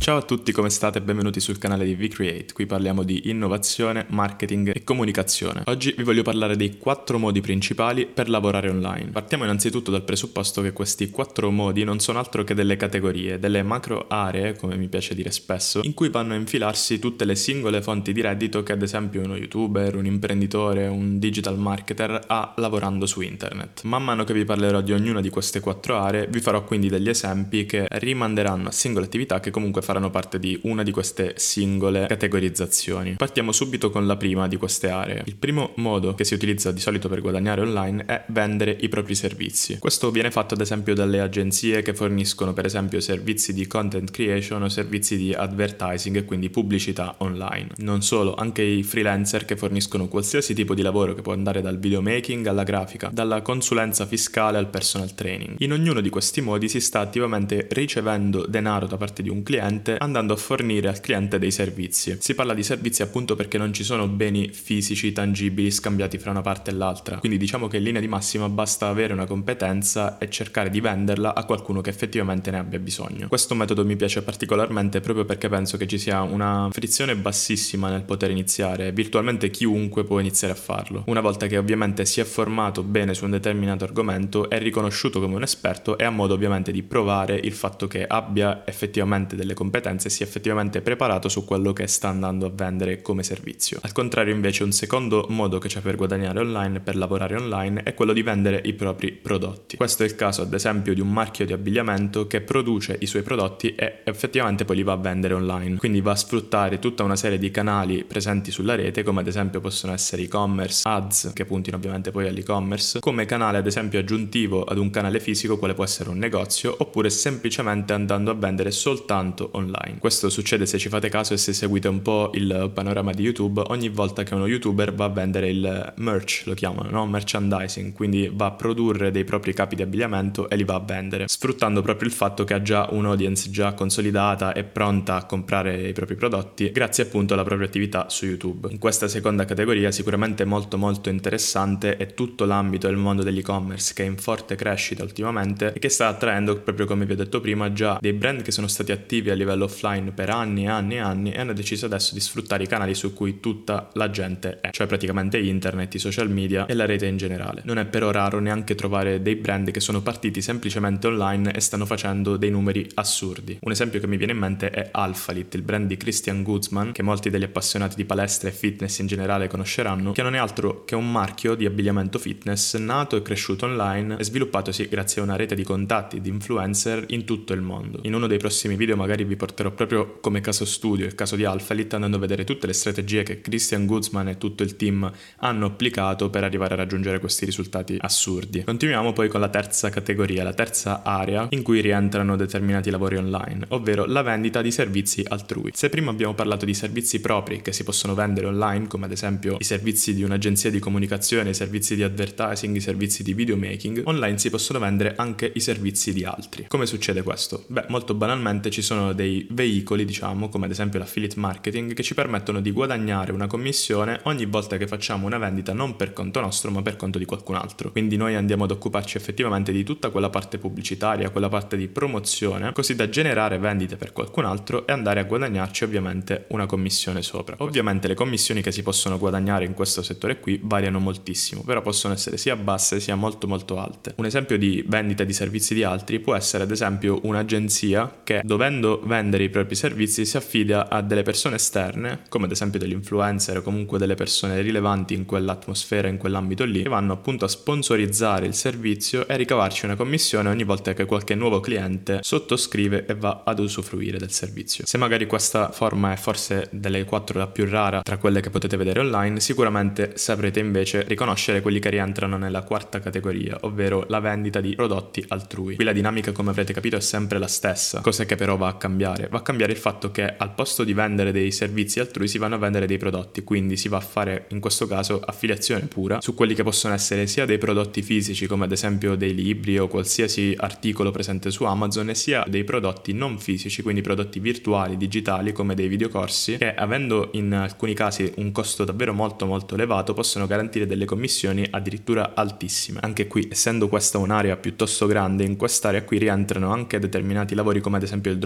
Ciao a tutti, come state? Benvenuti sul canale di VCreate. Qui parliamo di innovazione, marketing e comunicazione. Oggi vi voglio parlare dei 4 modi principali per lavorare online. Partiamo innanzitutto dal presupposto che questi 4 modi non sono altro che delle categorie, delle macro aree, come mi piace dire spesso, in cui vanno a infilarsi tutte le singole fonti di reddito che ad esempio uno youtuber, un imprenditore, un digital marketer ha lavorando su internet. Man mano che vi parlerò di ognuna di queste 4 aree, vi farò quindi degli esempi che rimanderanno a singole attività che comunque faranno parte di una di queste singole categorizzazioni. Partiamo subito con la prima di queste aree. Il primo modo che si utilizza di solito per guadagnare online è vendere i propri servizi. Questo viene fatto ad esempio dalle agenzie che forniscono per esempio servizi di content creation o servizi di advertising e quindi pubblicità online. Non solo, anche i freelancer che forniscono qualsiasi tipo di lavoro che può andare dal videomaking alla grafica, dalla consulenza fiscale al personal training. In ognuno di questi modi si sta attivamente ricevendo denaro da parte di un cliente andando a fornire al cliente dei servizi. Si parla di servizi appunto perché non ci sono beni fisici tangibili scambiati fra una parte e l'altra, quindi diciamo che in linea di massima basta avere una competenza e cercare di venderla a qualcuno che effettivamente ne abbia bisogno. Questo metodo mi piace particolarmente proprio perché penso che ci sia una frizione bassissima nel poter iniziare, virtualmente chiunque può iniziare a farlo. Una volta che ovviamente si è formato bene su un determinato argomento, è riconosciuto come un esperto e ha modo ovviamente di provare il fatto che abbia effettivamente delle competenze e sia effettivamente preparato su quello che sta andando a vendere come servizio. Al contrario invece un secondo modo che c'è per guadagnare online, per lavorare online, è quello di vendere i propri prodotti. Questo è il caso ad esempio di un marchio di abbigliamento che produce i suoi prodotti e effettivamente poi li va a vendere online, quindi va a sfruttare tutta una serie di canali presenti sulla rete, come ad esempio possono essere e-commerce, ads che puntino ovviamente poi all'e-commerce, come canale ad esempio aggiuntivo ad un canale fisico quale può essere un negozio, oppure semplicemente andando a vendere soltanto online. Questo succede se ci fate caso e se seguite un po' il panorama di YouTube. Ogni volta che uno youtuber va a vendere il merch, lo chiamano, no? Merchandising, quindi va a produrre dei propri capi di abbigliamento e li va a vendere, sfruttando proprio il fatto che ha già un'audience già consolidata e pronta a comprare i propri prodotti grazie appunto alla propria attività su YouTube. In questa seconda categoria sicuramente molto interessante è tutto l'ambito del mondo dell'e-commerce, che è in forte crescita ultimamente e che sta attraendo, proprio come vi ho detto prima, già dei brand che sono stati attivi a livello offline per anni e hanno deciso adesso di sfruttare i canali su cui tutta la gente è, cioè praticamente internet, i social media e la rete in generale. Non è però raro neanche trovare dei brand che sono partiti semplicemente online e stanno facendo dei numeri assurdi. Un esempio che mi viene in mente è Alphalete, il brand di Christian Guzman, che molti degli appassionati di palestra e fitness in generale conosceranno, che non è altro che un marchio di abbigliamento fitness nato e cresciuto online e sviluppatosi grazie a una rete di contatti di influencer in tutto il mondo. In uno dei prossimi video magari vi porterò proprio come caso studio il caso di Alphalete, andando a vedere tutte le strategie che Christian Guzman e tutto il team hanno applicato per arrivare a raggiungere questi risultati assurdi. Continuiamo poi con la terza categoria, la terza area in cui rientrano determinati lavori online, ovvero la vendita di servizi altrui. Se prima abbiamo parlato di servizi propri che si possono vendere online, come ad esempio i servizi di un'agenzia di comunicazione, i servizi di advertising, i servizi di videomaking, online si possono vendere anche i servizi di altri. Come succede questo? Beh, molto banalmente ci sono dei veicoli, diciamo, come ad esempio l'affiliate marketing, che ci permettono di guadagnare una commissione ogni volta che facciamo una vendita non per conto nostro ma per conto di qualcun altro. Quindi noi andiamo ad occuparci effettivamente di tutta quella parte pubblicitaria, quella parte di promozione, così da generare vendite per qualcun altro e andare a guadagnarci ovviamente una commissione sopra. Ovviamente le commissioni che si possono guadagnare in questo settore qui variano moltissimo, però possono essere sia basse sia molto alte. Un esempio di vendita di servizi di altri può essere ad esempio un'agenzia che, dovendo vendere i propri servizi, si affida a delle persone esterne, come ad esempio degli influencer o comunque delle persone rilevanti in quell'atmosfera, in quell'ambito lì, che vanno appunto a sponsorizzare il servizio e a ricavarci una commissione ogni volta che qualche nuovo cliente sottoscrive e va ad usufruire del servizio. Se magari questa forma è forse delle 4 la più rara tra quelle che potete vedere online, sicuramente saprete invece riconoscere quelli che rientrano nella quarta categoria, ovvero la vendita di prodotti altrui. Qui la dinamica, come avrete capito, è sempre la stessa, cosa che però va a cambiare. Va a cambiare il fatto che al posto di vendere dei servizi altrui si vanno a vendere dei prodotti, quindi si va a fare in questo caso affiliazione pura su quelli che possono essere sia dei prodotti fisici come ad esempio dei libri o qualsiasi articolo presente su Amazon, e sia dei prodotti non fisici, quindi prodotti virtuali, digitali, come dei videocorsi che, avendo in alcuni casi un costo davvero molto elevato, possono garantire delle commissioni addirittura altissime. Anche qui, essendo questa un'area piuttosto grande, in quest'area qui rientrano anche determinati lavori come ad esempio il dropshipping,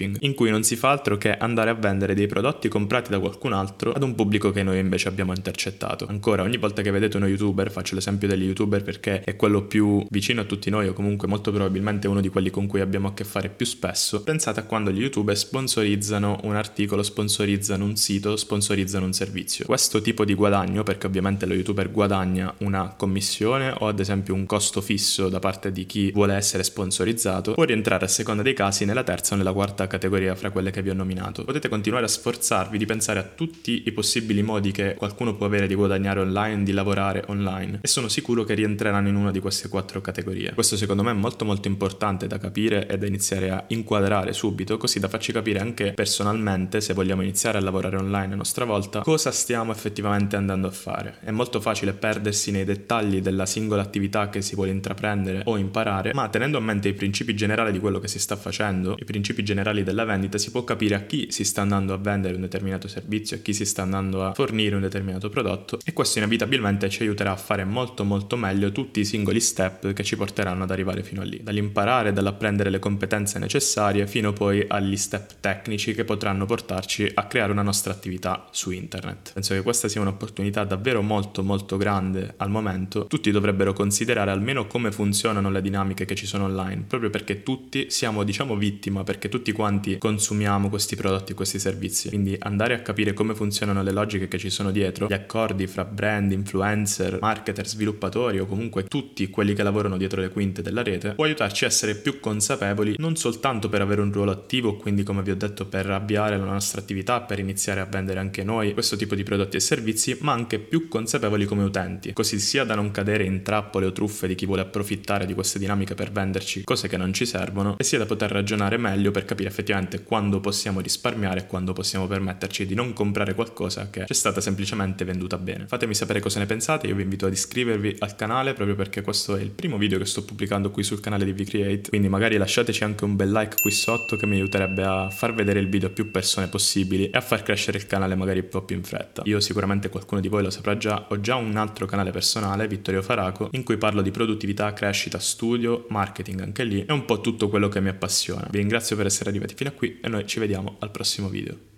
dropshipping, in cui non si fa altro che andare a vendere dei prodotti comprati da qualcun altro ad un pubblico che noi invece abbiamo intercettato. Ancora, ogni volta che vedete uno youtuber, faccio l'esempio degli youtuber perché è quello più vicino a tutti noi, o comunque molto probabilmente uno di quelli con cui abbiamo a che fare più spesso, pensate a quando gli youtuber sponsorizzano un articolo, sponsorizzano un sito, sponsorizzano un servizio. Questo tipo di guadagno, perché ovviamente lo youtuber guadagna una commissione o ad esempio un costo fisso da parte di chi vuole essere sponsorizzato, può rientrare a seconda dei casi nella terza o nella quarta categoria fra quelle che vi ho nominato. Potete continuare a sforzarvi di pensare a tutti i possibili modi che qualcuno può avere di guadagnare online, di lavorare online, e sono sicuro che rientreranno in una di queste 4 categorie. Questo secondo me è molto molto importante da capire e da iniziare a inquadrare subito, così da farci capire anche personalmente, se vogliamo iniziare a lavorare online a nostra volta, cosa stiamo effettivamente andando a fare. È molto facile perdersi nei dettagli della singola attività che si vuole intraprendere o imparare, ma tenendo a mente i principi generali di quello che si sta facendo, i principi generali della vendita, si può capire a chi si sta andando a vendere un determinato servizio, a chi si sta andando a fornire un determinato prodotto, e questo inevitabilmente ci aiuterà a fare molto molto meglio tutti i singoli step che ci porteranno ad arrivare fino a lì, dall'imparare, dall'apprendere le competenze necessarie fino poi agli step tecnici che potranno portarci a creare una nostra attività su internet. Penso che questa sia un'opportunità davvero molto molto grande al momento. Tutti dovrebbero considerare almeno come funzionano le dinamiche che ci sono online, proprio perché tutti siamo vittima, perché tutti quanti consumiamo questi prodotti e questi servizi, quindi andare a capire come funzionano le logiche che ci sono dietro, gli accordi fra brand, influencer, marketer, sviluppatori o comunque tutti quelli che lavorano dietro le quinte della rete, può aiutarci a essere più consapevoli, non soltanto per avere un ruolo attivo, quindi come vi ho detto per avviare la nostra attività, per iniziare a vendere anche noi questo tipo di prodotti e servizi, ma anche più consapevoli come utenti, così sia da non cadere in trappole o truffe di chi vuole approfittare di queste dinamiche per venderci cose che non ci servono, e sia da poter ragionare meglio per capire effettivamente quando possiamo risparmiare e quando possiamo permetterci di non comprare qualcosa che ci è stata semplicemente venduta bene. Fatemi sapere cosa ne pensate, io vi invito ad iscrivervi al canale proprio perché questo è il primo video che sto pubblicando qui sul canale di VCreate, quindi magari lasciateci anche un bel like qui sotto che mi aiuterebbe a far vedere il video a più persone possibili e a far crescere il canale magari un po' più in fretta. Io sicuramente qualcuno di voi lo saprà già, ho già un altro canale personale, Vittorio Faraco, in cui parlo di produttività, crescita, studio, marketing, anche lì è un po' tutto quello che mi appassiona. Vi ringrazio per essere arrivati fino a qui e noi ci vediamo al prossimo video.